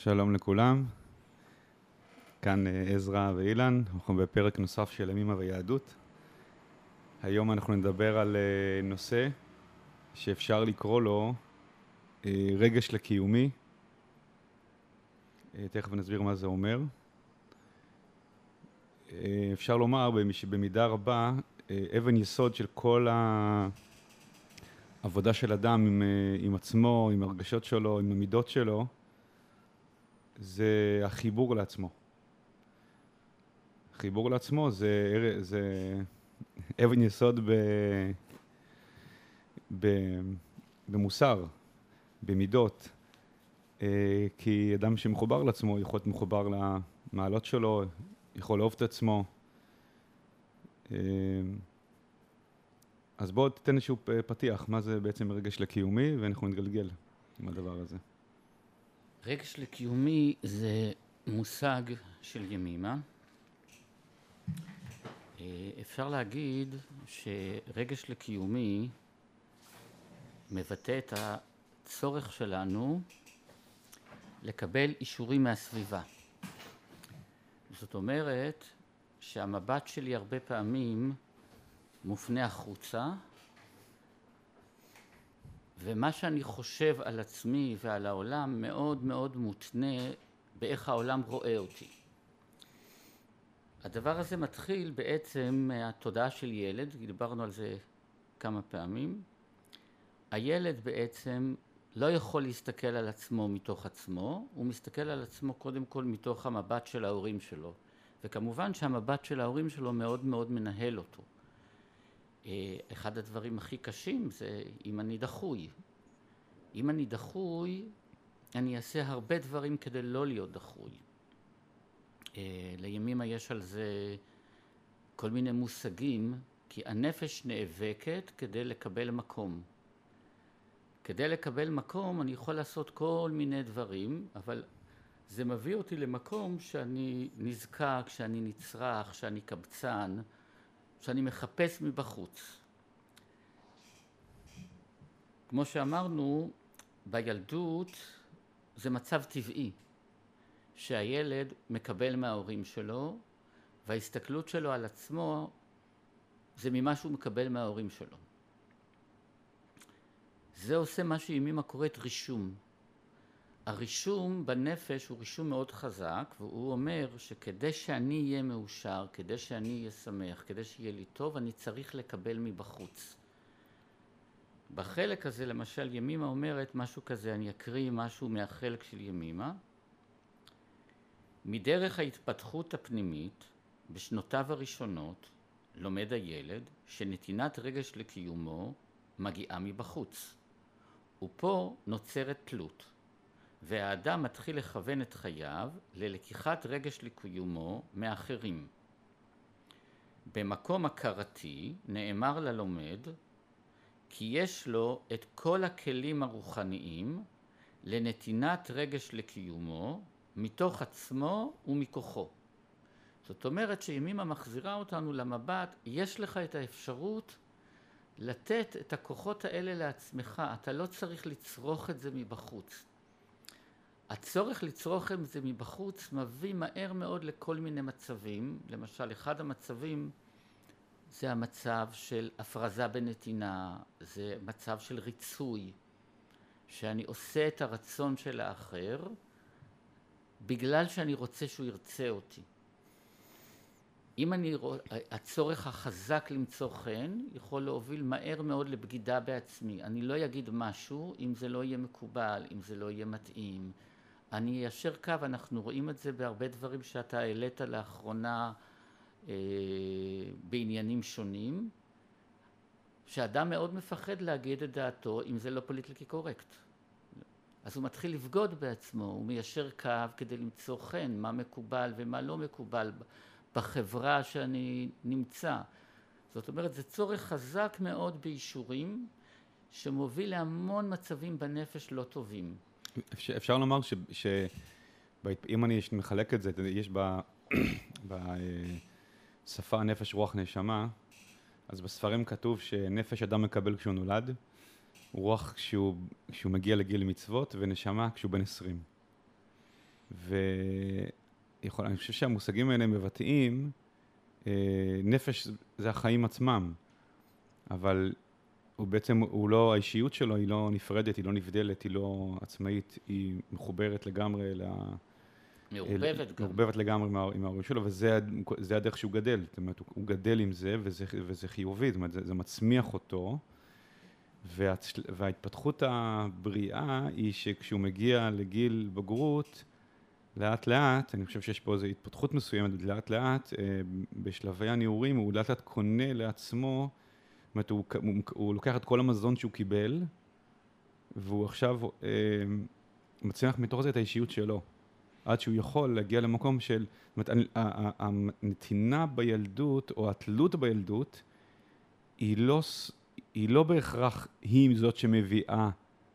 שלום לכולם, כאן עזרא ואילן, אנחנו בפרק נוסף של ימימה ויהדות. היום אנחנו נדבר על נושא שאפשר לקרוא לו רגש לקיומי. תכף נסביר מה זה אומר. אפשר לומר שבמידה רבה אבן יסוד של כל העבודה של אדם עם עצמו, עם הרגשות שלו, עם המידות שלו, זה החיבור לעצמו. חיבור לעצמו זה אבן יסוד במוסר, במידות, כי אדם שמחובר לעצמו יכול להיות מחובר למעלות שלו, יכול לאהוב את עצמו. אז בואו תתן איזשהו פתיח, מה זה בעצם רגש לקיומי, ואנחנו נתגלגל עם הדבר הזה. רגש לקיומי זה מושג של ימימה. אפשר להגיד שרגש לקיומי מבטא את הצורך שלנו לקבל אישורים מהסביבה. זאת אומרת שהמבט שלי הרבה פעמים מופנה החוצה, ומה שאני חושב על עצמי ועל העולם מאוד מאוד מותנה באיך העולם רואה אותי. הדבר הזה מתחיל בעצם מהתודעה של ילד, דיברנו על זה כמה פעמים. הילד בעצם לא יכול להסתכל על עצמו מתוך עצמו, הוא מסתכל על עצמו קודם כל מתוך המבט של ההורים שלו, וכמובן שהמבט של ההורים שלו מאוד מאוד מנהל אותו. אחד הדברים הכי קשים זה אם אני דחוי. אם אני דחוי, אני אעשה הרבה דברים כדי לא להיות דחוי. לימימה יש על זה כל מיני מושגים, כי הנפש נאבקת כדי לקבל מקום. כדי לקבל מקום אני יכול לעשות כל מיני דברים, אבל זה מביא אותי למקום שאני נזקק, שאני נצרך, שאני קבצן, שאני מחפש מבחוץ. כמו שאמרנו, בילדות זה מצב טבעי, שהילד מקבל מההורים שלו, וההסתכלות שלו על עצמו זה ממה שהוא מקבל מההורים שלו. זה עושה מה שימימה קוראת רישום. הרישום בנפש הוא רישום מאוד חזק, והוא אומר שכדי שאני אהיה מאושר, כדי שאני אהיה שמח, כדי שיהיה לי טוב, אני צריך לקבל מבחוץ. בחלק הזה למשל ימימה אומרת משהו כזה, אני אקריא משהו מהחלק של ימימה. מדרך ההתפתחות הפנימית, בשנותיו הראשונות, לומד הילד שנתינת רגש לקיומו מגיעה מבחוץ. ופה נוצרת תלות. והאדם מתחיל לכוון את חייו ללקיחת רגש לקיומו מאחרים. במקום הכרתי נאמר ללומד כי יש לו את כל הכלים הרוחניים לנתינת רגש לקיומו מתוך עצמו ומכוחו. זאת אומרת שימימה מחזירה אותנו למבט, יש לך את האפשרות לתת את הכוחות האלה לעצמך, אתה לא צריך לצרוך את זה מבחוץ. הצורך לצרוך את זה מבחוץ מביא מהר מאוד לכל מיני מצבים. למשל, אחד המצבים זה המצב של הפרזה בנתינה, זה מצב של ריצוי, שאני עושה את הרצון של האחר בגלל שאני רוצה שהוא ירצה אותי. הצורך החזק למצוא חן יכול להוביל מהר מאוד לבגידה בעצמי. אני לא אגיד משהו אם זה לא יהיה מקובל, אם זה לא יהיה מתאים. אני איישר קו, אנחנו רואים את זה בהרבה דברים שאתה העלית לאחרונה בעניינים שונים, שאדם מאוד מפחד להגיד את דעתו אם זה לא פוליטיקלי קורקט. אז הוא מתחיל לבגוד בעצמו, הוא מיישר קו כדי למצוא חן, מה מקובל ומה לא מקובל בחברה שאני נמצא. זאת אומרת, זה צורך חזק מאוד באישורים, שמוביל להמון מצבים בנפש לא טובים. אפשר לומר שאם אני מחלק את זה, יש בשפה נפש רוח נשמה, אז בספרים כתוב שנפש אדם מקבל כשהוא נולד, רוח כשהוא מגיע לגיל מצוות, ונשמה כשהוא בן 20. אני חושב שהמושגים האלה מבטאים, נפש זה החיים עצמם, אבל הוא בעצם, האישיות שלו היא לא נפרדת, היא לא נבדלת, היא לא עצמאית, היא מחוברת לגמרי מעורבבת לגמרי עם ההורים שלו, וזה הדרך שהוא גדל. זאת אומרת, הוא גדל עם זה, וזה חיובי, זאת אומרת, זה מצמיח אותו, וההתפתחות הבריאה היא שכשהוא מגיע לגיל בגרות, לאט לאט, אני חושב שיש פה איזו התפתחות מסוימת, לאט לאט, בשלבי הנעורים, הוא לאט לאט קונה לעצמו, זאת אומרת, הוא לוקח את כל המזון שהוא קיבל, והוא עכשיו מצמיח מתוך זה את האישיות שלו. עד שהוא יכול להגיע למקום של, זאת אומרת, הנתינה בילדות, או התלות בילדות, היא לא בהכרח היא זאת שמביאה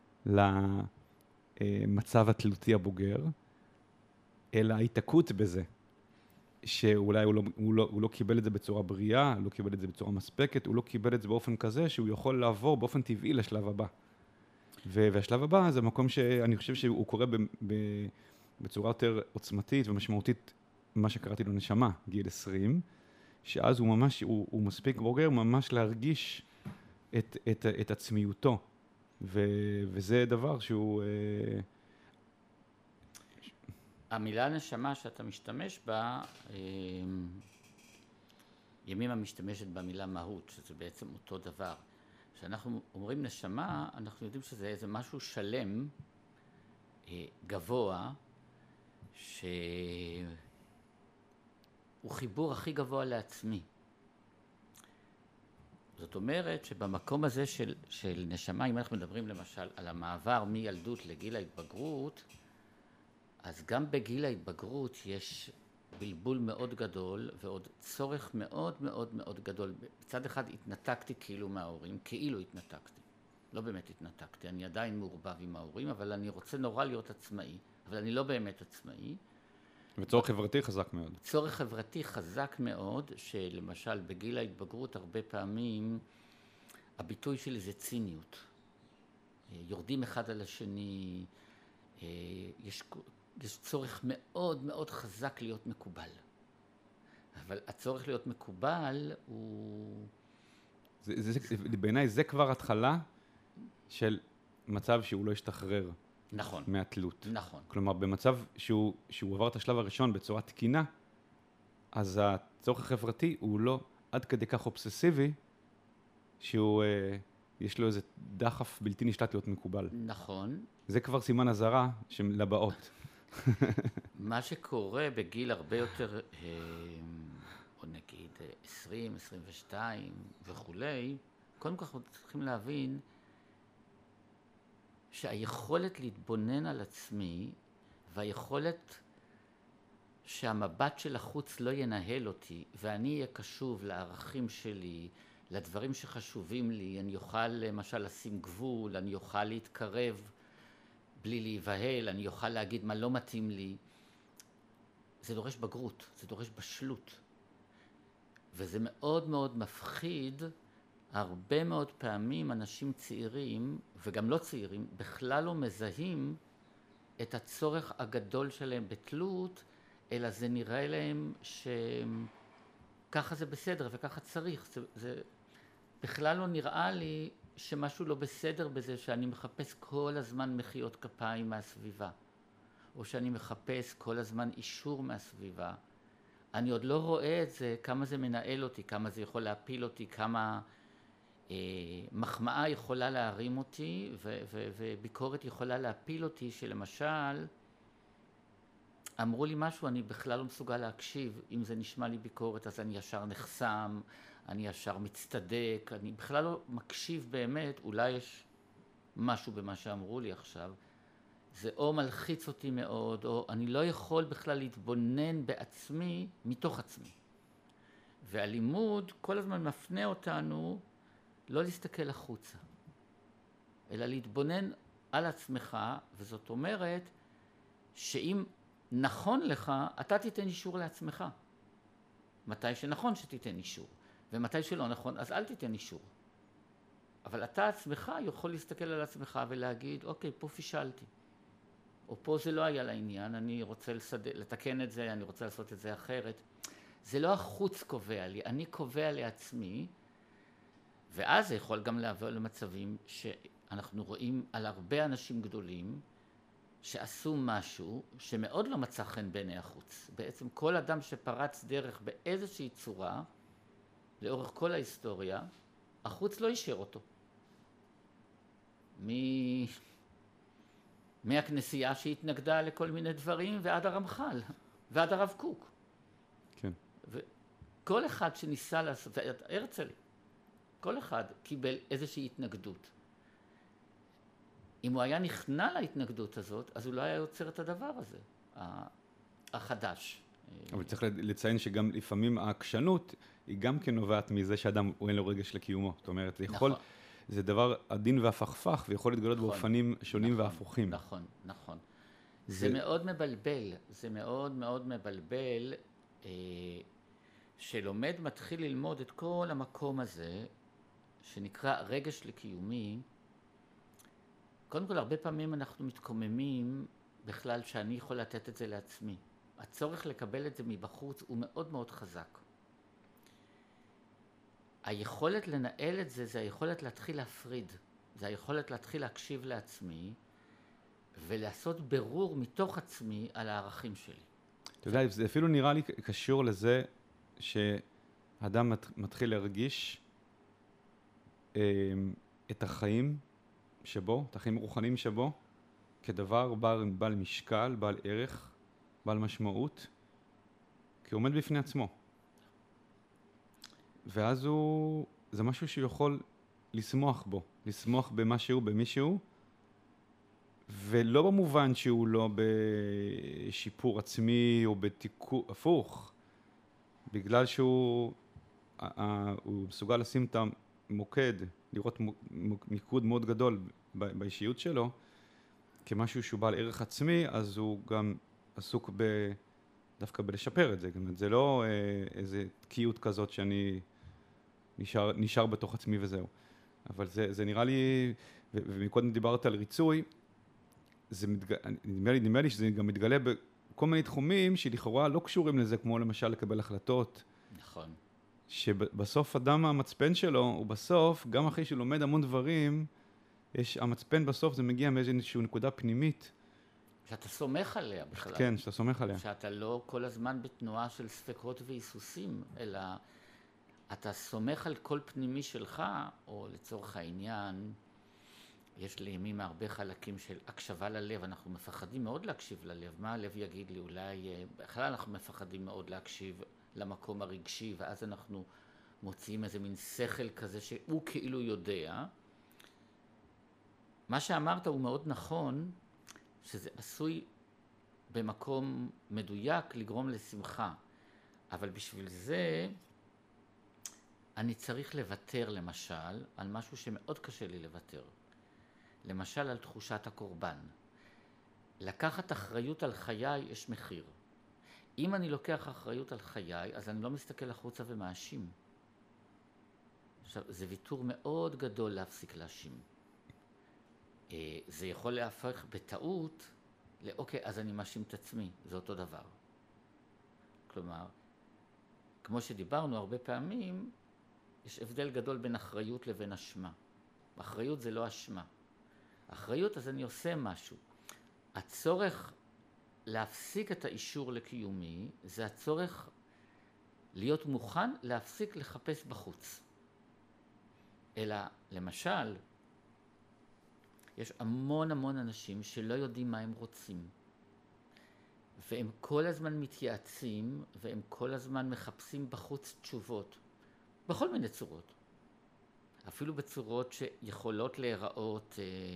למצב התלותי הבוגר, אלא ההתעקות בזה, שאולי הוא לא קיבל את זה בצורה בריאה, לא קיבל את זה בצורה מספקת, הוא לא קיבל את זה באופן כזה, שהוא יכול לעבור באופן טבעי לשלב הבא. והשלב הבא זה מקום שאני חושב שהוא קורה בצורה יותר עוצמתית ומשמעותית, מה שקראתי לו נשמה, גיל 20, שאז הוא ממש, הוא מספיק בוגר ממש להרגיש את עצמיותו, וזה דבר שהוא... המילה נשמה שאתה משתמש בה, ימימה משתמשת במילה מהות, שזה בעצם אותו דבר. כשאנחנו אומרים נשמה, אנחנו יודעים שזה איזה משהו שלם, גבוה, שהוא חיבור הכי גבוה לעצמי. זאת אומרת שבמקום הזה של נשמה, אם אנחנו מדברים למשל על המעבר מילדות לגיל ההתבגרות, אז גם בגיל ההתבגרות יש בלבול מאוד גדול ועוד צורך מאוד מאוד מאוד גדול. בצד אחד התנתקתי כאילו מההורים, כאילו התנתקתי. לא באמת התנתקתי, אני עדיין מעורבב עם ההורים, אבל אני רוצה נורא להיות עצמאי, אבל אני לא באמת עצמאי. וצורך חברתי חזק מאוד. צורך חברתי חזק מאוד, שלמשל בגיל ההתבגרות הרבה פעמים הביטוי שלי זה ציניות. יורדים אחד על השני, יש צורך מאוד מאוד חזק להיות מקובל. אבל הצורך להיות מקובל הוא... בעיניי זה כבר התחלה של מצב שהוא לא ישתחרר. נכון. מהתלות. נכון. כלומר, במצב שהוא עבר את השלב הראשון בצורה תקינה, אז הצורך החברתי הוא לא עד כדי כך אובססיבי, שהוא, יש לו איזה דחף בלתי נשלט להיות מקובל. נכון. זה כבר סימן אזהרה לבאות. מה שקורה בגיל הרבה יותר, או נגיד 20, 22 וכולי, קודם כל אנחנו צריכים להבין שהיכולת להתבונן על עצמי והיכולת שהמבט של החוץ לא ינהל אותי ואני אהיה קשוב לערכים שלי, לדברים שחשובים לי, אני אוכל למשל לשים גבול, אני אוכל להתקרב בלי להיבהל, אני אוכל להגיד מה לא מתאים לי. זה דורש בגרות, זה דורש בשלות. וזה מאוד מאוד מפחיד. הרבה מאוד פעמים אנשים צעירים, וגם לא צעירים, בכלל לא מזהים את הצורך הגדול שלהם בתלות, אלא זה נראה להם שככה זה בסדר וככה צריך. זה בכלל לא נראה לי שמשהו לא בסדר בזה שאני מחפש כל הזמן מחיאות כפיים מהסביבה, או שאני מחפש כל הזמן אישור מהסביבה. אני עוד לא רואה את זה, כמה זה מנהל אותי, כמה זה יכול להפיל אותי, כמה מחמאה יכולה להרים אותי וביקורת יכולה להפיל אותי, שלמשל אמרו לי משהו, אני בכלל לא מסוגל להקשיב, אם זה נשמע לי ביקורת אז אני ישר נחסם, אני ישר מצטדק, אני בכלל לא מקשיב באמת, אולי יש משהו במה שאמרו לי עכשיו, זה או מלחיץ אותי מאוד, או אני לא יכול בכלל להתבונן בעצמי מתוך עצמי. והלימוד כל הזמן מפנה אותנו לא להסתכל החוצה, אלא להתבונן על עצמך, וזאת אומרת שאם נכון לך, אתה תיתן אישור לעצמך. מתי שנכון שתיתן אישור, ומתי שלא נכון, אז אל תיתן אישור. אבל אתה עצמך יכול להסתכל על עצמך ולהגיד, אוקיי, פה פישלתי. או פה זה לא היה לעניין, אני רוצה לתקן את זה, אני רוצה לעשות את זה אחרת. זה לא החוץ קובע לי, אני קובע לעצמי, ואז זה יכול גם לעבור למצבים שאנחנו רואים על הרבה אנשים גדולים שעשו משהו שמאוד לא מצא חן בעיני החוץ. בעצם כל אדם שפרץ דרך באיזושהי צורה, לאורך כל ההיסטוריה, החוץ לא אישר אותו. מהכנסייה שהתנגדה לכל מיני דברים ועד הרמח"ל ועד הרב קוק. כן. וכל אחד שניסה לעשות, הרצל, כל אחד קיבל איזושהי התנגדות. אם הוא היה נכנע להתנגדות הזאת, אז הוא לא היה יוצר את הדבר הזה, החדש. אבל צריך לציין שגם לפעמים העקשנות היא גם כן נובעת מזה שאדם אין לו רגש לקיומו. זאת אומרת, זה יכול, נכון. זה דבר עדין והפכפך, ויכול להתגלות נכון, באופנים שונים נכון, והפוכים. נכון, נכון. זה מאוד מבלבל, זה מאוד מאוד מבלבל, שלומד מתחיל ללמוד את כל המקום הזה, שנקרא רגש לקיומי. קודם כל, הרבה פעמים אנחנו מתקוממים בכלל שאני יכול לתת את זה לעצמי. הצורך לקבל את זה מבחוץ הוא מאוד מאוד חזק. היכולת לנהל את זה, זה היכולת להתחיל להפריד. זה היכולת להתחיל להקשיב לעצמי, ולעשות ברור מתוך עצמי על הערכים שלי. אתה יודע, זה אפילו נראה לי קשור לזה שאדם מתחיל להרגיש את החיים שבו, את החיים הרוחניים שבו, כדבר בעל משקל, בעל ערך, בעל משמעות, כי הוא עומד בפני עצמו. ואז זה משהו שהוא יכול לשמוח בו, לשמוח במשהו, במישהו, ולא במובן שהוא לא בשיפור עצמי או בתיקון, הפוך, בגלל שהוא מסוגל לשים את המוקד, לראות מיקוד מאוד גדול באישיות שלו, כמשהו שהוא בעל ערך עצמי, אז הוא גם עסוק דווקא בלשפר את זה. גם זה לא איזה תקיעות כזאת שאני נשאר בתוך עצמי וזהו. אבל זה נראה לי, ומקודם דיברת על ריצוי, נדמה לי שזה גם מתגלה בכל מיני תחומים שלכאורה לא קשורים לזה, כמו למשל לקבל החלטות. נכון. שבסוף אדם המצפן שלו, הוא בסוף, גם אחרי שהוא לומד המון דברים, המצפן בסוף זה מגיע מאיזושהי נקודה פנימית. שאתה סומך עליה בכלל. כן, שאתה סומך עליה. שאתה לא כל הזמן בתנועה של ספקות והיסוסים, אלא אתה סומך על כל פנימי שלך, או לצורך העניין, יש לימים הרבה חלקים של הקשבה ללב, אנחנו מפחדים מאוד להקשיב ללב, מה הלב יגיד לי? אולי, בכלל אנחנו מפחדים מאוד להקשיב למקום הרגשי, ואז אנחנו מוציאים איזה מין שכל כזה שהוא כאילו יודע. מה שאמרת הוא מאוד נכון, שזה עשוי במקום מדויק לגרום לשמחה, אבל בשביל זה אני צריך לוותר למשל על משהו שמאוד קשה לי לוותר. למשל על תחושת הקורבן. לקחת אחריות על חיי יש מחיר. אם אני לוקח אחריות על חיי, אז אני לא מסתכל החוצה ומאשים. עכשיו, זה ויתור מאוד גדול להפסיק להאשים. זה יכול להפך בטעות לאוקיי, אז אני מאשים את עצמי, זה אותו דבר. כלומר, כמו שדיברנו הרבה פעמים, יש הבדל גדול בין אחריות לבין אשמה. אחריות זה לא אשמה. אחריות, אז אני עושה משהו. הצורך להפסיק את האישור לקיומי, זה הצורך להיות מוכן להפסיק לחפש בחוץ. אלא, למשל, יש המון אנשים שלא יודעים מה הם רוצים. והם כל הזמן מתייעצים, והם כל הזמן מחפשים בחוץ תשובות. בכל מיני צורות. אפילו בצורות שיכולות להיראות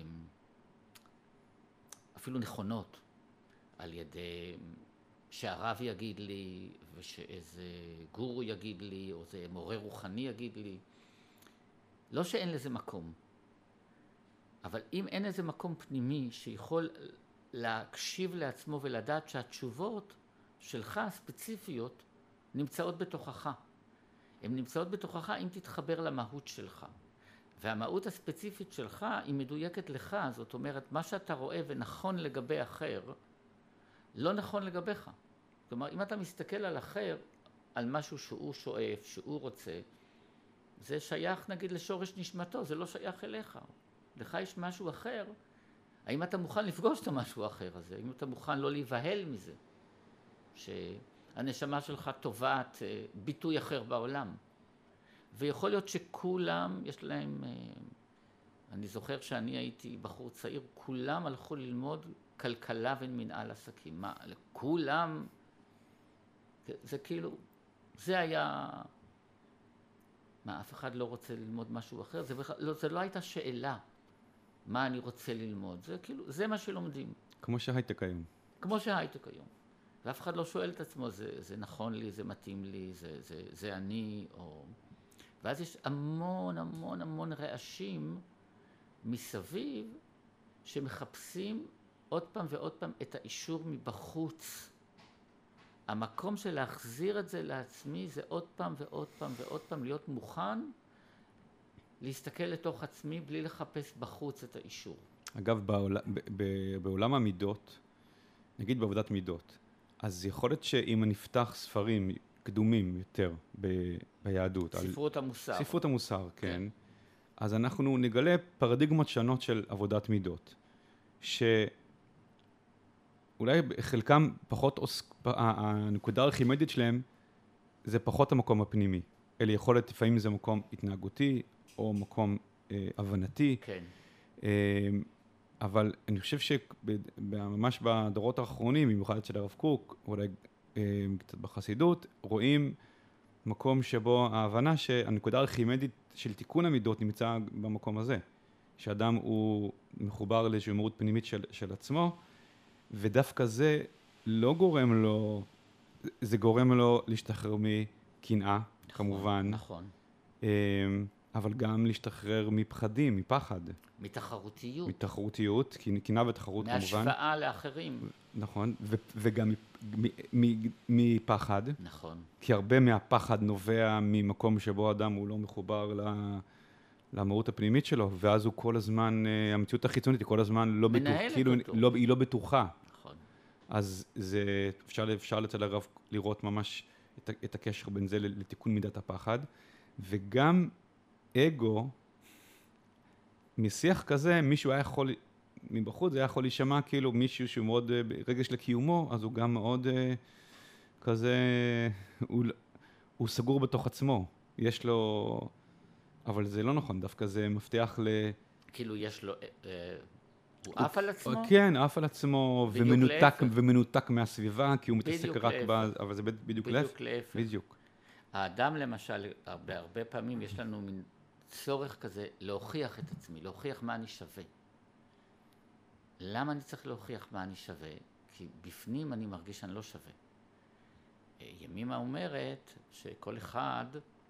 אפילו נכונות, על ידי שהרב יגיד לי, ושאיזה גורו יגיד לי, או איזה מורה רוחני יגיד לי. לא שאין לזה מקום. אבל אם אין איזה מקום פנימי שיכול להקשיב לעצמו ולדעת שהתשובות שלך הספציפיות נמצאות בתוכך. הן נמצאות בתוכך אם תתחבר למהות שלך. והמהות הספציפית שלך היא מדויקת לך, זאת אומרת, מה שאתה רואה ונכון לגבי אחר, לא נכון לגביך. כלומר, אם אתה מסתכל על אחר, על משהו שהוא שואף, שהוא רוצה, זה שייך נגיד לשורש נשמתו, זה לא שייך אליך. לך יש משהו אחר, האם אתה מוכן לפגוש את המשהו האחר הזה? האם אתה מוכן לא להיבהל מזה? שהנשמה שלך תובעת ביטוי אחר בעולם. ויכול להיות שכולם, יש להם, אני זוכר שאני הייתי בחור צעיר, כולם הלכו ללמוד כלכלה ומנהל עסקים. מה, לכולם, זה כאילו, זה היה, מה, אף אחד לא רוצה ללמוד משהו אחר? זה לא הייתה שאלה, מה אני רוצה ללמוד. זה כאילו, זה מה שלומדים. כמו שהייטק היום. כמו שהייטק היום. ואף אחד לא שואל את עצמו, זה נכון לי, זה מתאים לי, זה אני, או... ואז יש המון המון המון רעשים מסביב שמחפשים עוד פעם ועוד פעם את האישור מבחוץ. המקום של להחזיר את זה לעצמי זה עוד פעם ועוד פעם ועוד פעם להיות מוכן להסתכל לתוך עצמי בלי לחפש בחוץ את האישור. אגב, בעולם המידות, נגיד בעבודת מידות, אז יכול להיות שאם נפתח ספרים קדומים יותר ביהדות. ספרות המוסר. ספרות המוסר, כן. אז אנחנו נגלה פרדיגמות שונות של עבודת מידות, שאולי חלקם פחות, הנקודה הארכימדית שלהם זה פחות המקום הפנימי, אלא יכול להיות לפעמים זה מקום התנהגותי או מקום הבנתי. כן. אבל אני חושב שממש בדורות האחרונים, במיוחד של הרב קוק, אולי קצת בחסידות, רואים מקום שבו ההבנה שהנקודה הארכימדית של תיקון המידות נמצא במקום הזה. שאדם הוא מחובר לאיזושהי מהות פנימית של עצמו, ודווקא זה לא גורם לו, זה גורם לו להשתחרר מקנאה, כמובן. נכון. אבל גם להשתחרר מפחדים, מפחד. מתחרותיות. מתחרותיות, קנאה ותחרות כמובן. מהשוואה לאחרים. נכון, וגם מפחד. נכון. כי הרבה מהפחד נובע ממקום שבו אדם הוא לא מחובר למהות הפנימית שלו, ואז הוא כל הזמן, המציאות החיצונית היא כל הזמן לא בטוחה, כאילו היא לא בטוחה. נכון. אז זה, אפשר אצל הרב לראות ממש את הקשר בין זה לתיקון מידת הפחד, וגם אגו, משיח כזה, מישהו היה יכול, מבחוץ זה היה יכול להישמע כאילו מישהו שהוא מאוד רגש לקיומו, אז הוא גם מאוד כזה, הוא סגור בתוך עצמו, יש לו, אבל זה לא נכון, דווקא זה מבטיח כאילו יש לו, הוא עף על עצמו? כן, עף על עצמו, ומנותק מהסביבה, כי הוא מתעסק רק אבל זה בדיוק להפך. בדיוק. האדם למשל, בהרבה פעמים יש לנו מין צורך כזה להוכיח את עצמי, להוכיח מה אני שווה. למה אני צריך להוכיח מה אני שווה? כי בפנים אני מרגיש שאני לא שווה. ימימה אומרת שכל אחד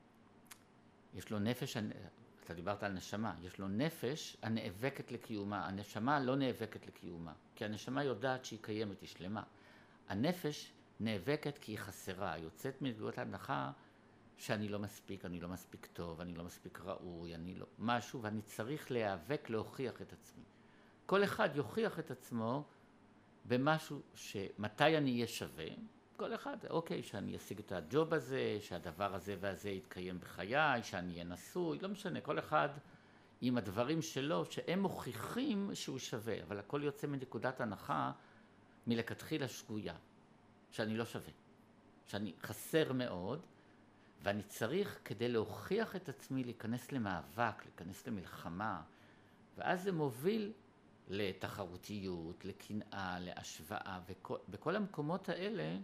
יש לו נפש, אתה דיברת על נשמה, יש לו נפש הנאבקת לקיומה. הנשמה לא נאבקת לקיומה, כי הנשמה יודעת שהיא קיימת, היא שלמה. הנפש נאבקת כי היא חסרה, יוצאת מנקודת ההנחה שאני לא מספיק, אני לא מספיק טוב, אני לא מספיק ראוי, אני לא משהו, ואני צריך להיאבק להוכיח את עצמי. כל אחד יוכיח את עצמו במשהו שמתי אני אהיה שווה, כל אחד, אוקיי, שאני אשיג את הג'וב הזה, שהדבר הזה והזה יתקיים בחיי, שאני אהיה נשוי, לא משנה, כל אחד עם הדברים שלו, שהם מוכיחים שהוא שווה, אבל הכל יוצא מנקודת הנחה מלכתחילה שגויה, שאני לא שווה, שאני חסר מאוד, ואני צריך כדי להוכיח את עצמי להיכנס למאבק, להיכנס למלחמה, ואז זה מוביל לתחרותיות, לקנאה, להשוואה, ובכל המקומות האלה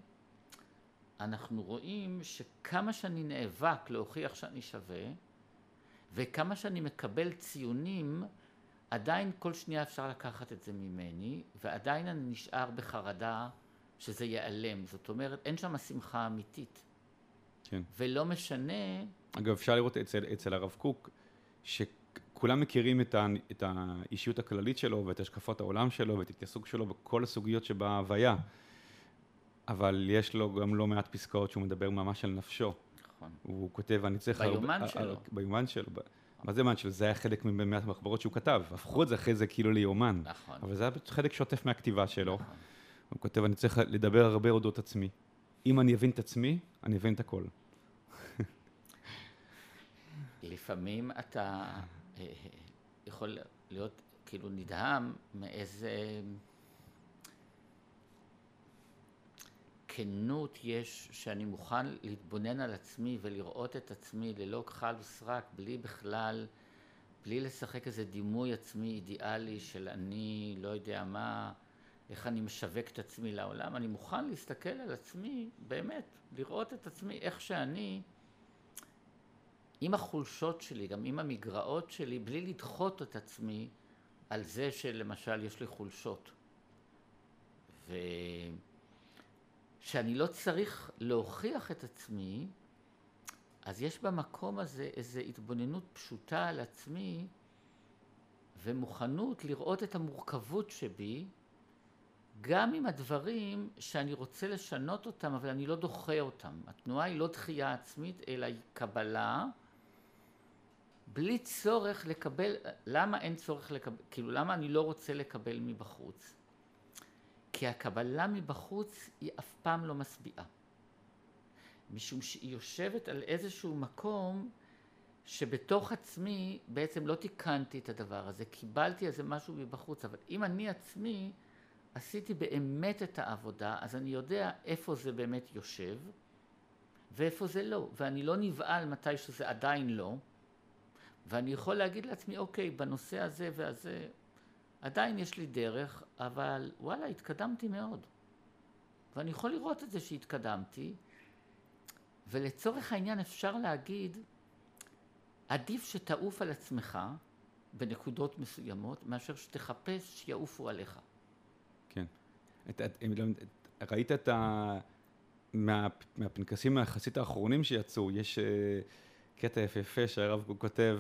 אנחנו רואים שכמה שאני נאבק להוכיח שאני שווה, וכמה שאני מקבל ציונים, עדיין כל שנייה אפשר לקחת את זה ממני, ועדיין אני נשאר בחרדה שזה ייעלם. זאת אומרת, אין שם שמחה אמיתית. כן. ולא משנה... אגב, אפשר לראות אצל הרב קוק, שכולם מכירים את האישיות הכללית שלו, ואת השקפות העולם שלו, ואת התייסוק שלו בכל הסוגיות שבהוויה. אבל יש לו גם לא מעט פסקאות שהוא מדבר ממש על נפשו. נכון. הוא כותב, אני צריך... ביומן שלו. ביומן שלו. מה זה מאנצ'ל? זה היה חלק מהמחברות שהוא כתב. הפכו את זה אחרי זה כאילו ליומן. נכון. אבל זה היה חלק שוטף מהכתיבה שלו. נכון. הוא כותב, אני צריך לדבר הרבה אודות עצמי. אם אני אבין את עצמי, אני אבין את הכל. לפעמים אתה יכול להיות כאילו נדהם מאיזה כנות יש שאני מוכן להתבונן על עצמי ולראות את עצמי ללא כחל וסרק, בלי לשחק איזה דימוי עצמי אידיאלי של אני לא יודע מה, איך אני משווק את עצמי לעולם. אני מוכן להסתכל על עצמי, באמת, לראות את עצמי איך שאני, עם החולשות שלי, גם עם המגרעות שלי, בלי לדחות את עצמי על זה שלמשל יש לי חולשות. שאני לא צריך להוכיח את עצמי, אז יש במקום הזה איזו התבוננות פשוטה על עצמי, ומוכנות לראות את המורכבות שבי, גם עם הדברים שאני רוצה לשנות אותם, אבל אני לא דוחה אותם. התנועה היא לא דחייה עצמית, אלא היא קבלה, בלי צורך לקבל. למה אין צורך לקבל? כאילו, למה אני לא רוצה לקבל מבחוץ? כי הקבלה מבחוץ היא אף פעם לא משביעה. משום שהיא יושבת על איזשהו מקום שבתוך עצמי בעצם לא תיקנתי את הדבר הזה, קיבלתי איזה משהו מבחוץ, אבל אם אני עצמי עשיתי באמת את העבודה, אז אני יודע איפה זה באמת יושב ואיפה זה לא, ואני לא נבעל מתי שזה עדיין לא, ואני יכול להגיד לעצמי, אוקיי, בנושא הזה והזה, עדיין יש לי דרך, אבל וואלה, התקדמתי מאוד. ואני יכול לראות את זה שהתקדמתי, ולצורך העניין אפשר להגיד, עדיף שתעוף על עצמך בנקודות מסוימות, מאשר שתחפש שיעופו עליך. כן. ראית את מהפנקסים היחסית האחרונים שיצאו, יש קטע יפה שהרב כותב,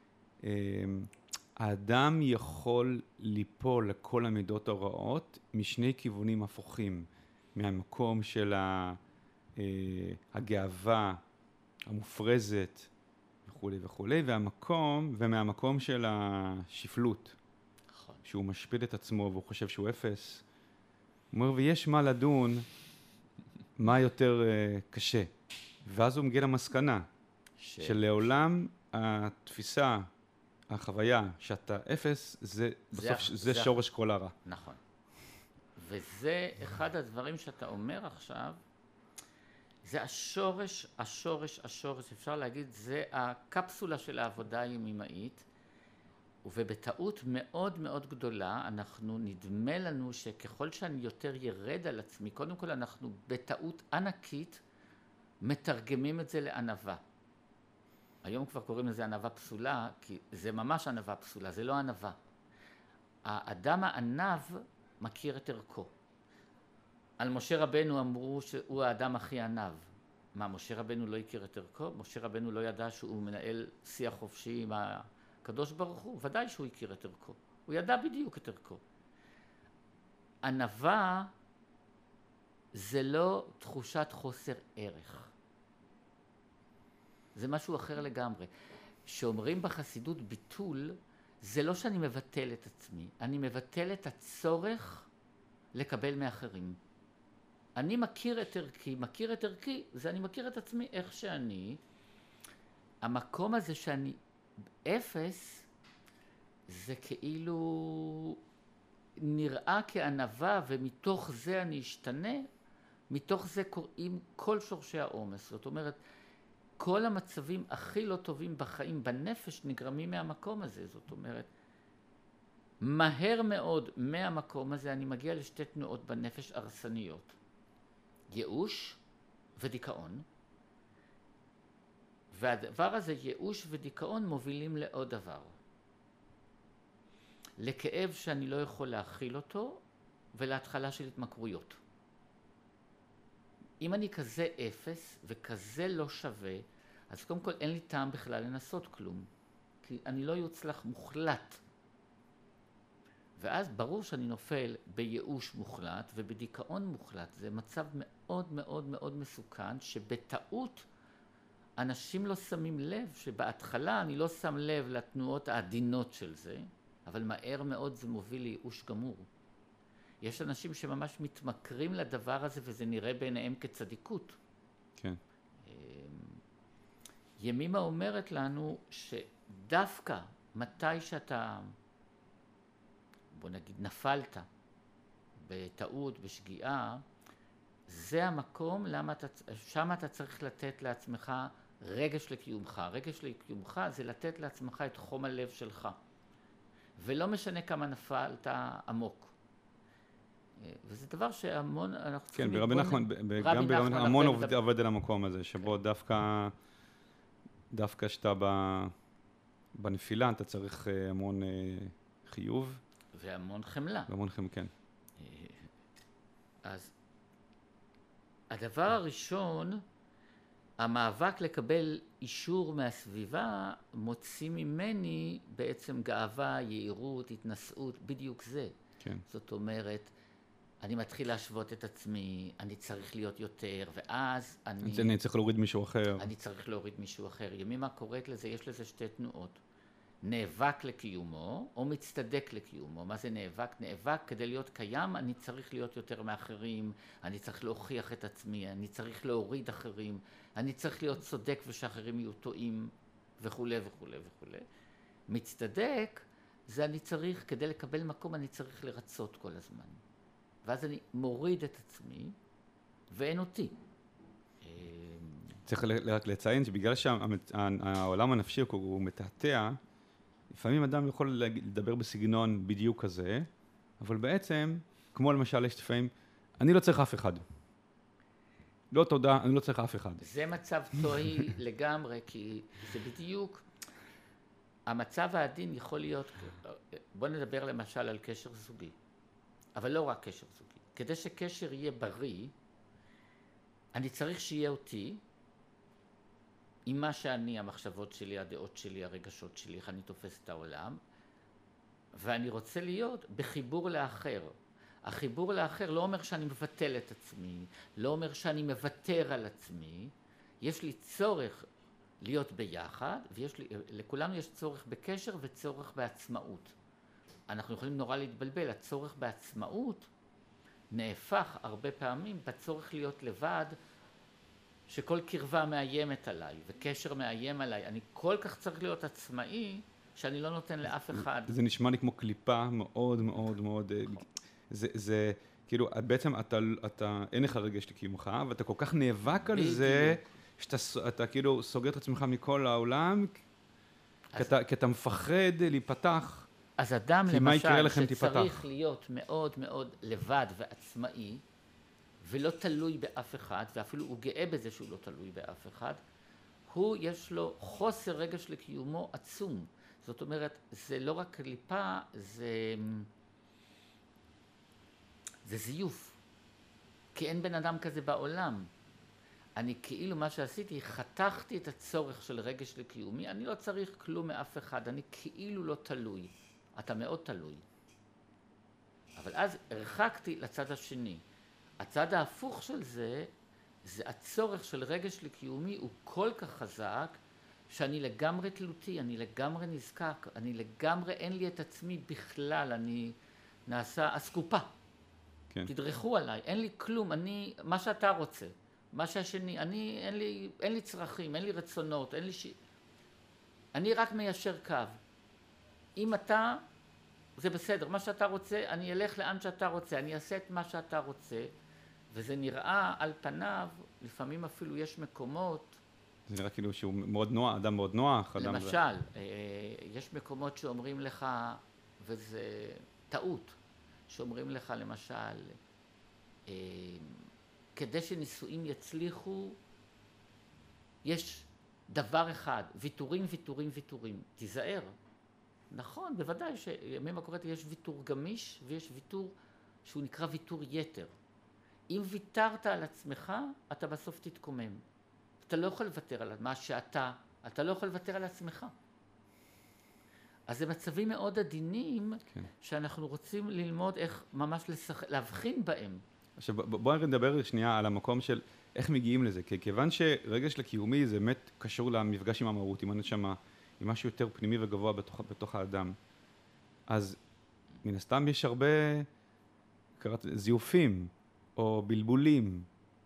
האדם יכול ליפול לכל המידות הרעות משני כיוונים הפוכים, מהמקום של הגאווה המופרזת וכו' וכו', ומהמקום של השפלות, נכון. שהוא משפיל את עצמו והוא חושב שהוא אפס. הוא אומר, ויש מה לדון, מה יותר קשה. ואז הוא מגיע למסקנה, שלעולם התפיסה, החוויה שאתה אפס, זה שורש כל הרע. נכון. וזה אחד הדברים שאתה אומר עכשיו, זה השורש, אפשר להגיד, זה הקפסולה של העבודה הימימאית, ובטעות מאוד מאוד גדולה, נדמה לנו שככל שאני יותר ירד על עצמי, קודם כל אנחנו בטעות ענקית מתרגמים את זה לענווה. היום כבר קוראים לזה ענווה פסולה, כי זה ממש ענווה פסולה, זה לא ענווה. האדם הענב מכיר את ערכו. על משה רבנו אמרו שהוא האדם הכי ענב. מה, משה רבנו לא הכיר את ערכו? משה רבנו לא ידע שהוא מנהל שיח חופשי עם הקדוש ברוך הוא? ודאי שהוא הכיר את ערכו. הוא ידע בדיוק את ערכו. ענווה זה לא תחושת חוסר ערך. זה משהו אחר לגמרי. שאומרים בחסידות ביטול, זה לא שאני מבטל את עצמי, אני מבטל את הצורך לקבל מאחרים. אני מכיר את ערכי, זה אני מכיר את עצמי איך שאני. המקום הזה שאני אפס, זה כאילו נראה כענווה, ומתוך זה אני אשתנה, מתוך זה קוראים כל שורשי העומס. זאת אומרת, כל המצבים הכי לא טובים בחיים, בנפש, נגרמים מהמקום הזה. זאת אומרת, מהר מאוד מהמקום הזה אני מגיע לשתי תנועות בנפש הרסניות. ייאוש ודיכאון. והדבר הזה, ייאוש ודיכאון, מובילים לעוד דבר. לכאב שאני לא יכול להכיל אותו, ולהתחלה של התמכרויות. אם אני כזה אפס וכזה לא שווה, אז קודם כל אין לי טעם בכלל לנסות כלום. כי אני לא יוצלח מוחלט. ואז ברור שאני נופל בייאוש מוחלט ובדיכאון מוחלט. זה מצב מאוד מאוד מאוד מסוכן, שבטעות אנשים לא שמים לב שבהתחלה אני לא שם לב לתנועות העדינות של זה, אבל מהר מאוד זה מוביל לייאוש גמור. יש אנשים שממש מתמכרים לדבר הזה וזה נראה בעיניהם כצדיקות. כן. ימימה אומרת לנו שדווקא מתי שאתה, בוא נגיד, נפלת בטעות, בשגיאה, זה המקום שם אתה צריך לתת לעצמך רגש לקיומך. רגש לקיומך זה לתת לעצמך את חום הלב שלך. ולא משנה כמה נפלת עמוק. וזה דבר שהמון, אנחנו צריכים... כן, ברבי נחמן, גם ברבי נחמן, המון עובד על המקום הזה, שבו דווקא שאתה בנפילה, אתה צריך המון חיוב. והמון חמלה. והמון חמלה, כן. אז הדבר הראשון, המאבק לקבל אישור מהסביבה מוציא ממני בעצם גאווה, יהירות, התנשאות, בדיוק זה. כן. זאת אומרת, אני מתחיל להשוות את עצמי, אני צריך להיות יותר, ואז אני צריך להוריד מישהו אחר. אני צריך להוריד מישהו אחר. ימימה קוראת לזה, יש לזה שתי תנועות. נאבק לקיומו, או מצטדק לקיומו. מה זה נאבק? נאבק כדי להיות קיים, אני צריך להיות יותר מאחרים, אני צריך להוכיח את עצמי, אני צריך להוריד אחרים, אני צריך להיות צודק ושאחרים יהיו טועים, וכו' וכו' וכו'. מצטדק, זה אני צריך, כדי לקבל מקום, אני צריך לרצות כל הזמן. ואז אני מוריד את עצמי, ואין אותי. צריך רק לציין שבגלל שהעולם הנפשי הוא מתעתע, לפעמים אדם יכול לדבר בסגנון בדיוק כזה, אבל בעצם, כמו למשל יש לפעמים, אני לא צריך אף אחד. לא תודה, אני לא צריך אף אחד. זה מצב טועי לגמרי, כי זה בדיוק, המצב העדין יכול להיות, בוא נדבר למשל על קשר זוגי, אבל לא רק קשר זוגי. כדי שקשר יהיה בריא, אני צריך שיהיה אותי, עם מה שאני, המחשבות שלי, הדעות שלי, הרגשות שלי, איך אני תופס את העולם, ואני רוצה להיות בחיבור לאחר. החיבור לאחר לא אומר שאני מבטל את עצמי, לא אומר שאני מוותר על עצמי, יש לי צורך להיות ביחד, לכולנו יש צורך בקשר וצורך בעצמאות. אנחנו יכולים נורא להתבלבל, הצורך בעצמאות נהפך הרבה פעמים בצורך להיות לבד, שכל קרבה מאיימת עליי, וקשר מאיים עליי. אני כל כך צריך להיות עצמאי, שאני לא נותן לאף אחד. זה נשמע לי כמו קליפה מאוד מאוד מאוד, זה כאילו, בעצם אתה אין לך רגש לקיומך, ואתה כל כך נאבק על זה, שאתה כאילו סוגר את עצמך מכל העולם, כי אתה מפחד להיפתח. אז אדם למשל שצריך להיות מאוד מאוד לבד ועצמאי, ולא תלוי באף אחד, ואפילו הוא גאה בזה שהוא לא תלוי באף אחד, יש לו חוסר רגש לקיומו עצום. זאת אומרת, זה לא רק קליפה, זה זיוף. כי אין בן אדם כזה בעולם. אני כאילו מה שעשיתי, חתכתי את הצורך של רגש לקיומי, אני לא צריך כלום מאף אחד, אני כאילו לא תלוי. אתה מאוד תלוי. אבל אז הרחקתי לצד השני. הצד ההפוך של זה הצורך של רגש לקיומי הוא כל כך חזק, שאני לגמרי תלותי, אני לגמרי נזקק, אני לגמרי אין לי את עצמי בכלל, אני נעשה אסקופה. כן. תדרכו עליי, אין לי כלום, מה שאתה רוצה, מה שהשני, אין לי צרכים, אין לי רצונות, אני רק מיישר קו. אם אתה, זה בסדר, מה שאתה רוצה, אני אלך לאן שאתה רוצה, אני אעשה את מה שאתה רוצה, וזה נראה על פניו, לפעמים אפילו יש מקומות, זה נראה כאילו שהוא מאוד נוח, אדם מאוד נוח. למשל, יש מקומות שאומרים לך, וזה טעות, שאומרים לך למשל, כדי שנישואים יצליחו, יש דבר אחד, ויתורים, ויתורים, ויתורים. תיזהר. נכון, בוודאי שימים קוראים יש ויתור גמיש, ויש ויתור שהוא נקרא ויתור יתר. אם ויתרת על עצמך, אתה בסוף תתקומם. אתה לא יכול לוותר על מה שאתה, אתה לא יכול לוותר על עצמך. אז זה מצבים מאוד עדינים, כן. שאנחנו רוצים ללמוד איך ממש להבחין בהם. עכשיו בואו נדבר שנייה על המקום של איך מגיעים לזה, כי כיוון שרגש לקיומי זה באמת קשור למפגש עם המהות, עם הנשמה, עם משהו יותר פנימי וגבוה בתוך האדם. אז מן הסתם יש הרבה זיופים או בלבולים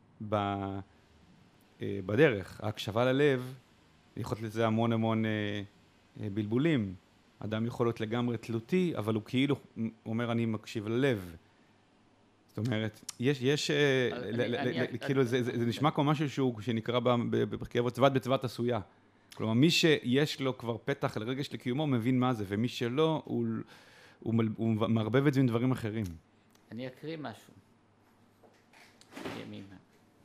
בדרך. ההקשבה ללב, יכול להיות לזה המון בלבולים. אדם יכול להיות לגמרי תלותי, אבל הוא כאילו אומר אני מקשיב ללב. זאת אומרת, יש כאילו זה נשמע כמו משהו שנקרא בפרקי אבות צבת בצבת עשויה. כלומר, מי שיש לו כבר פתח לרגש לקיומו מבין מה זה, ומי שלא, הוא מערבב את זה עם דברים אחרים. אני אקריא משהו. ימינה.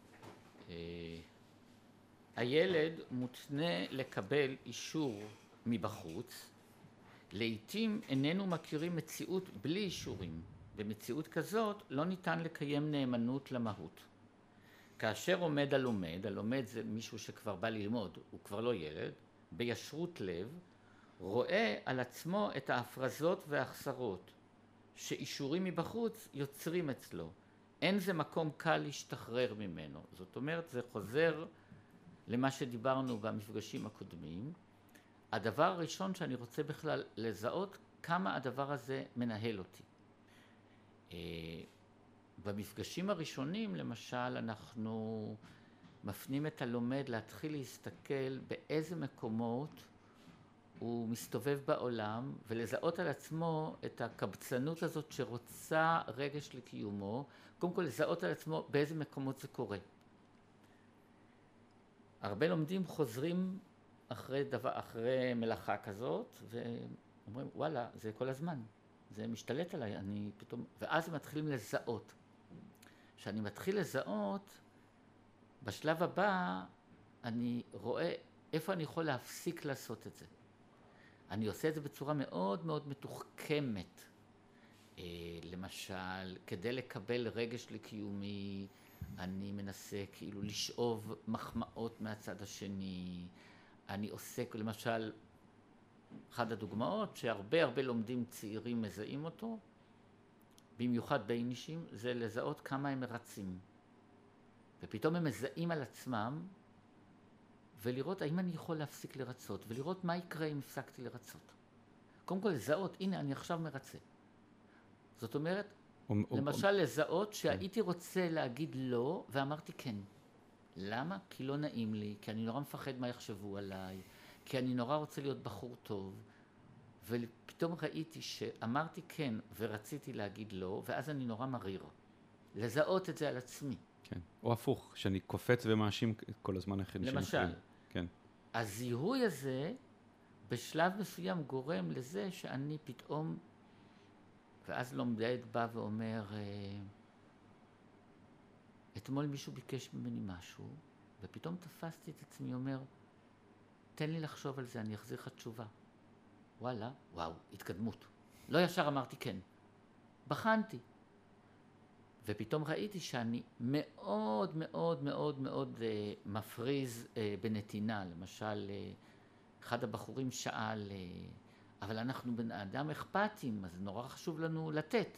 הילד מותנה לקבל אישור מבחוץ. לעתים איננו מכירים מציאות בלי אישורים. במציאות כזאת לא ניתן לקיים נאמנות למהות. כאשר עומד הלומד זה מישהו שכבר בא ללמוד, הוא כבר לא ילד, בישרות לב, רואה על עצמו את ההפרזות וההחסרות שאישורים מבחוץ יוצרים אצלו. אין זה מקום קל להשתחרר ממנו. זאת אומרת, זה חוזר למה שדיברנו במפגשים הקודמים. הדבר הראשון שאני רוצה בכלל לזהות כמה הדבר הזה מנהל אותי. במפגשים הראשונים, למשל, אנחנו מפנים את הלומד להתחיל להסתכל באיזה מקומות הוא מסתובב בעולם, ולזהות על עצמו את הקבצנות הזאת שרוצה רגש לקיומו, קודם כל לזהות על עצמו באיזה מקומות זה קורה. הרבה לומדים חוזרים אחרי מלאכה כזאת, ואומרים, וואלה, זה כל הזמן. זה משתלט עליי, אני פתאום, ואז הם מתחילים לזהות. כשאני מתחיל לזהות, בשלב הבא אני רואה איפה אני יכול להפסיק לעשות את זה. אני עושה את זה בצורה מאוד מאוד מתוחכמת. למשל, כדי לקבל רגש לקיומי, אני מנסה כאילו לשאוב מחמאות מהצד השני. אני עוסק, למשל, אחת הדוגמאות שהרבה לומדים צעירים מזהים אותו, במיוחד בין אישים, זה לזהות כמה הם מרצים. ופתאום הם מזהים על עצמם, ולראות האם אני יכול להפסיק לרצות, ולראות מה יקרה אם הפסקתי לרצות. קודם כל לזהות, הנה אני עכשיו מרצה. זאת אומרת, למשל לזהות שהייתי רוצה להגיד לא, ואמרתי כן. למה? כי לא נעים לי, כי אני נורא מפחד מה יחשבו עליי, כי אני נורא רוצה להיות בחור טוב, ופתאום ראיתי שאמרתי כן ורציתי להגיד לא, ואז אני נורא מריר. לזהות את זה על עצמי. כן, או הפוך, שאני קופץ ומאשים כל הזמן אחרי אנשים. למשל. כן. הזיהוי הזה בשלב מסוים גורם לזה שאני פתאום, ואז לומד בא ואומר, אתמול מישהו ביקש ממני משהו, ופתאום תפסתי את עצמי, אומר, תן לי לחשוב על זה, אני אחזיר לך תשובה. וואלה, וואו, התקדמות. לא ישר אמרתי כן. בחנתי. ופתאום ראיתי שאני מאוד מאוד מאוד מאוד מפריז בנתינה. למשל, אחד הבחורים שאל, אבל אנחנו בן אדם אכפתים, אז נורא חשוב לנו לתת.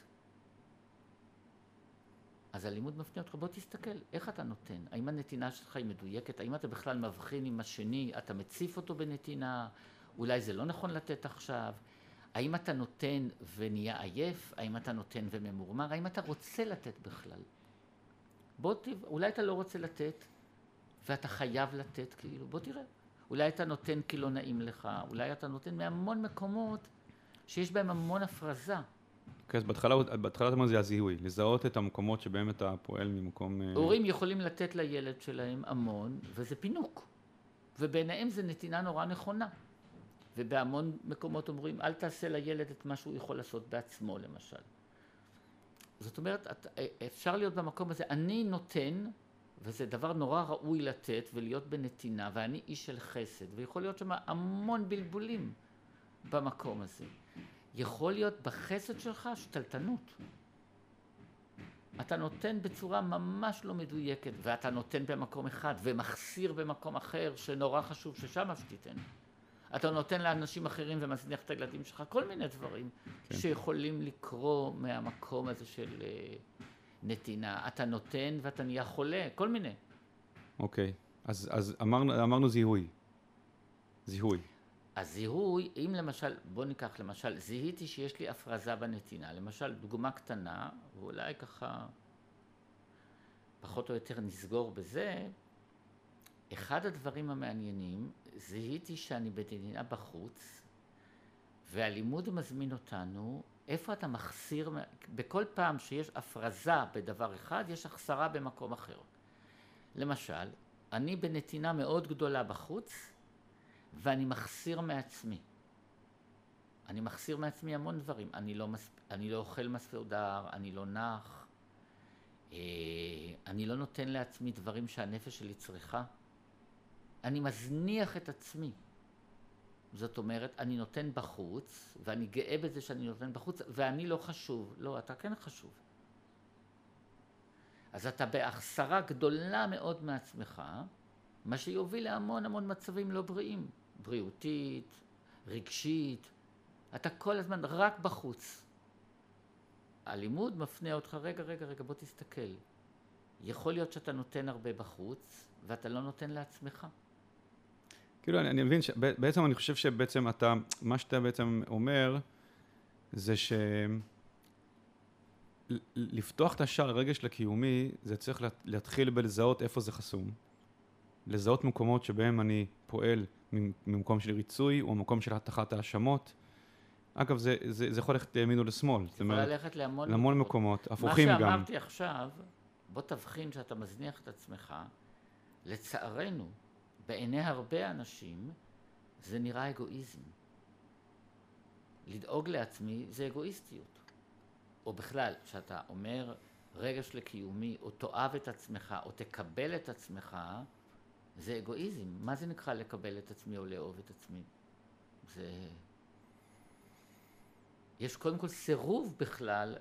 אז הלימוד מפנה אותך, בוא תסתכל, איך אתה נותן? האם הנתינה שלך היא מדויקת? האם אתה בכלל מבחין עם השני? אתה מציף אותו בנתינה? אולי זה לא נכון לתת עכשיו? האם אתה נותן ונהיה עייף? האם אתה נותן וממורמר? האם אתה רוצה לתת בכלל? אולי אתה לא רוצה לתת, ואתה חייב לתת כאילו, בוא תראה. אולי אתה נותן כי לא נעים לך, אולי אתה נותן מהמון מקומות שיש בהם המון הפרזה. כן, אז בהתחלה זה הזיהוי, לזהות את המקומות שבהם אתה פועל ממקום... הורים יכולים לתת לילד שלהם המון, וזה פינוק. וביניהם זה נתינה נורא נכונה. ובהמון מקומות אומרים, אל תעשה לילד את מה שהוא יכול לעשות בעצמו, למשל. זאת אומרת, אפשר להיות במקום הזה, אני נותן, וזה דבר נורא ראוי לתת ולהיות בנתינה, ואני איש של חסד, ויכול להיות שם המון בלבולים במקום הזה. יכול להיות בחסד שלך שתלטנות. אתה נותן בצורה ממש לא מדויקת, ואתה נותן במקום אחד, ומחסיר במקום אחר, שנורא חשוב ששם שתיתן. אתה נותן לאנשים אחרים ומזניח את הילדים שלך, כל מיני דברים שיכולים לקרוא מהמקום הזה של נתינה, אתה נותן ואתה נהיה חולה, כל מיני. אוקיי, אז אמרנו זיהוי. זיהוי. הזיהוי, אם למשל, בוא ניקח למשל, זיהיתי שיש לי הפרזה בנתינה, למשל דוגמה קטנה, ואולי ככה פחות או יותר נסגור בזה, אחד הדברים המעניינים, זיהיתי שאני בנתינה בחוץ, והלימוד מזמין אותנו, איפה אתה מחסיר, בכל פעם שיש הפרזה בדבר אחד, יש החסרה במקום אחר. למשל, אני בנתינה מאוד גדולה בחוץ, ואני מחסיר מעצמי. אני מחסיר מעצמי המון דברים. אני לא אוכל מסעודר, אני לא נח, אני לא נותן לעצמי דברים שהנפש שלי צריכה. אני מזניח את עצמי. זאת אומרת, אני נותן בחוץ, ואני גאה בזה שאני נותן בחוץ, ואני לא חשוב. לא, אתה כן חשוב. אז אתה בהחסרה גדולה מאוד מעצמך, מה שיוביל להמון המון מצבים לא בריאים. בריאותית, רגשית, אתה כל הזמן רק בחוץ. הלימוד מפנה אותך, רגע, בוא תסתכל. יכול להיות שאתה נותן הרבה בחוץ, ואתה לא נותן לעצמך. כאילו, אני מבין שבעצם אני חושב שבעצם אתה, מה שאתה בעצם אומר, זה לפתוח את השער הרגש לקיומי, זה צריך להתחיל בלזהות איפה זה חסום. לזהות מקומות שבהם אני פועל ממקום של ריצוי, או מקום של התחת האשמות. אגב, זה יכול ללכת לימין או לשמאל. זה יכול ללכת להמון מקומות, הפוכים גם. מה שאמרתי עכשיו, בוא תבחין שאתה מזניח את עצמך, לצערנו, בעיני הרבה אנשים, זה נראה אגואיזם. לדאוג לעצמי זה אגואיסטיות. או בכלל, שאתה אומר רגש לקיומי, או תאהב את עצמך, או תקבל את עצמך, זה אגואיזם. מה זה נקרא לקבל את עצמי או לאהוב את עצמי? יש קודם כל סירוב בכלל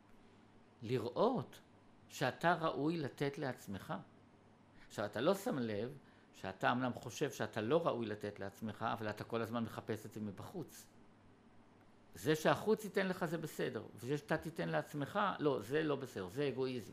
לראות שאתה ראוי לתת לעצמך. עכשיו, אתה לא שם לב שאתה אמנם חושב שאתה לא ראוי לתת לעצמך, אבל אתה כל הזמן מחפש את זה מבחוץ. זה שהחוץ ייתן לך זה בסדר, וזה שאתה תיתן לעצמך, לא, זה לא בסדר, זה אגואיזם.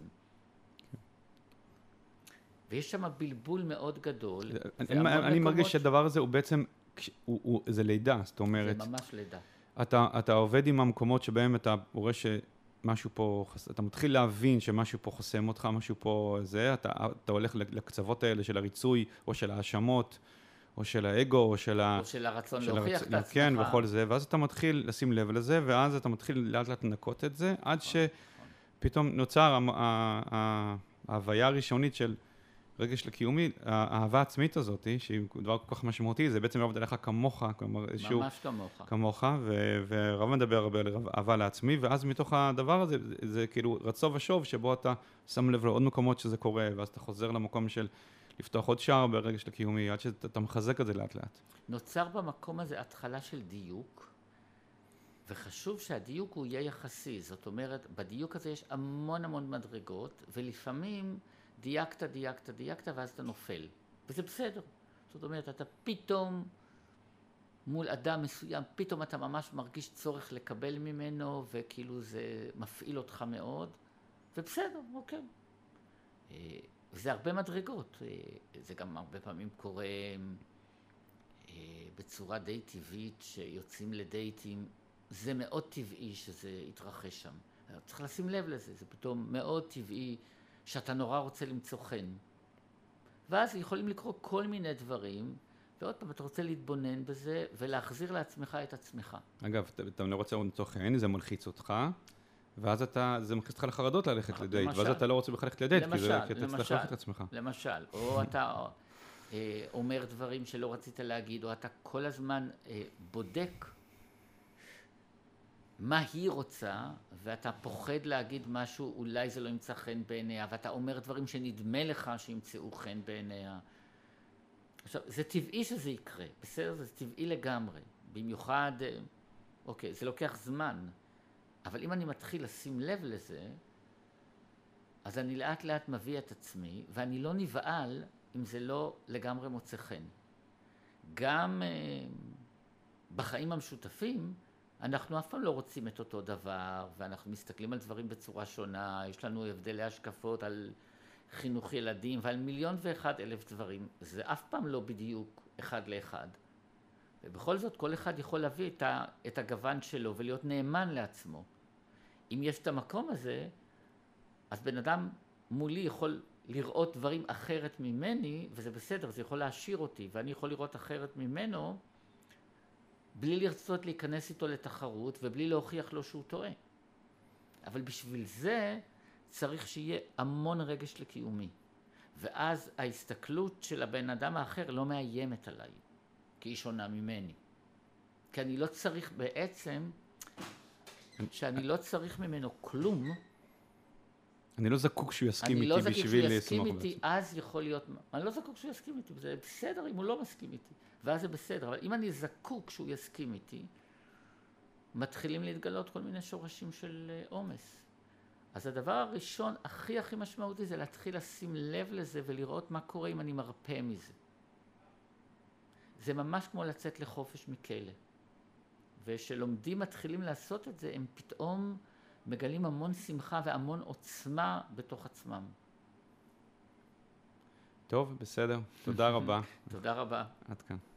ויש שם בלבול מאוד גדול. אני מרגיש שהדבר הזה הוא בעצם, זה לידה, זאת אומרת. זה ממש לידה. אתה עובד עם המקומות שבהם אתה רואה שמשהו פה, אתה מתחיל להבין שמשהו פה חוסם אותך, משהו פה זה, אתה הולך לקצוות האלה של הריצוי, או של האשמות, או של האגו, או של הרצון להוכיח את עצמך. כן, וכל זה, ואז אתה מתחיל לשים לב לזה, ואז אתה מתחיל לאט לאט לנקות את זה, עד שפתאום נוצר ההוויה הראשונית של רגש לקיומי, האהבה העצמית הזאת, שהיא דבר כל כך משמעותי, זה בעצם לעבוד עליך כמוך, כלומר איזשהו... ממש כמוך. כמוך, והרב מדבר הרבה על אהבה לעצמי, ואז מתוך הדבר הזה, זה כאילו רצו ושוב, שבו אתה שם לב לעוד מקומות שזה קורה, ואז אתה חוזר למקום של לפתוח עוד שער ברגש לקיומי, עד שאתה מחזק את זה לאט לאט. נוצר במקום הזה התחלה של דיוק, וחשוב שהדיוק הוא יהיה יחסי, זאת אומרת, בדיוק הזה יש המון המון מדרגות, ולפעמים דייקת, ואז אתה נופל. וזה בסדר. זאת אומרת, אתה פתאום מול אדם מסוים, פתאום אתה ממש מרגיש צורך לקבל ממנו, וכאילו זה מפעיל אותך מאוד, ובסדר, אוקיי. וזה הרבה מדרגות. זה גם הרבה פעמים קורה בצורה די טבעית, שיוצאים לדייטים. זה מאוד טבעי שזה יתרחש שם. צריך לשים לב לזה, זה פתאום מאוד טבעי, שאתה נורא רוצה למצוא חן. ואז יכולים לקרוא כל מיני דברים, ועוד פעם אתה רוצה להתבונן בזה, ולהחזיר לעצמך את עצמך. אגב, אתה לא רוצה למצוא חן, זה מלחיץ אותך, ואז זה מכניס אותך לחרדות ללכת לדייט, ואז אתה לא רוצה בכלל ללכת לדייט, כי אתה צריך ללכת לעצמך. למשל, או אתה אומר דברים שלא רצית להגיד, או אתה כל הזמן בודק מה היא רוצה, ואתה פוחד להגיד משהו, אולי זה לא ימצא חן בעיניה, ואתה אומר דברים שנדמה לך שימצאו חן בעיניה. עכשיו, זה טבעי שזה יקרה, בסדר? זה טבעי לגמרי. במיוחד, אוקיי, זה לוקח זמן, אבל אם אני מתחיל לשים לב לזה, אז אני לאט לאט מביא את עצמי, ואני לא נבעל אם זה לא לגמרי מוצא חן. גם בחיים המשותפים, אנחנו אף פעם לא רוצים את אותו דבר, ואנחנו מסתכלים על דברים בצורה שונה, יש לנו הבדלי השקפות על חינוך ילדים ועל 1,001,000 דברים. זה אף פעם לא בדיוק אחד לאחד. ובכל זאת כל אחד יכול להביא את הגוון שלו ולהיות נאמן לעצמו. אם יש את המקום הזה, אז בן אדם מולי יכול לראות דברים אחרת ממני, וזה בסדר, זה יכול להשאיר אותי, ואני יכול לראות אחרת ממנו, בלי לרצות להיכנס איתו לתחרות, ובלי להוכיח לו שהוא טועה. אבל בשביל זה צריך שיהיה המון רגש לקיומי. ואז ההסתכלות של הבן אדם האחר לא מאיימת עליי, כי היא שונה ממני. כי אני לא צריך בעצם, שאני לא צריך ממנו כלום, אני לא זקוק שהוא יסכים אני לא איתי זקוק שהוא בשביל יסכים לסמוך איתי, בעצמי. אז יכול להיות, אני לא זקוק שהוא יסכים איתי, זה בסדר אם הוא לא מסכים איתי, ואז זה בסדר, אבל אם אני זקוק שהוא יסכים איתי, מתחילים להתגלות כל מיני שורשים של עומס. אז הדבר הראשון, הכי משמעותי, זה להתחיל לשים לב לזה ולראות מה קורה אם אני מרפא מזה. זה ממש כמו לצאת לחופש מכלא. ושלומדים מתחילים לעשות את זה, הם פתאום מגלים המון שמחה והמון עוצמה בתוך עצמם. טוב, בסדר. תודה רבה. תודה רבה. עד כאן.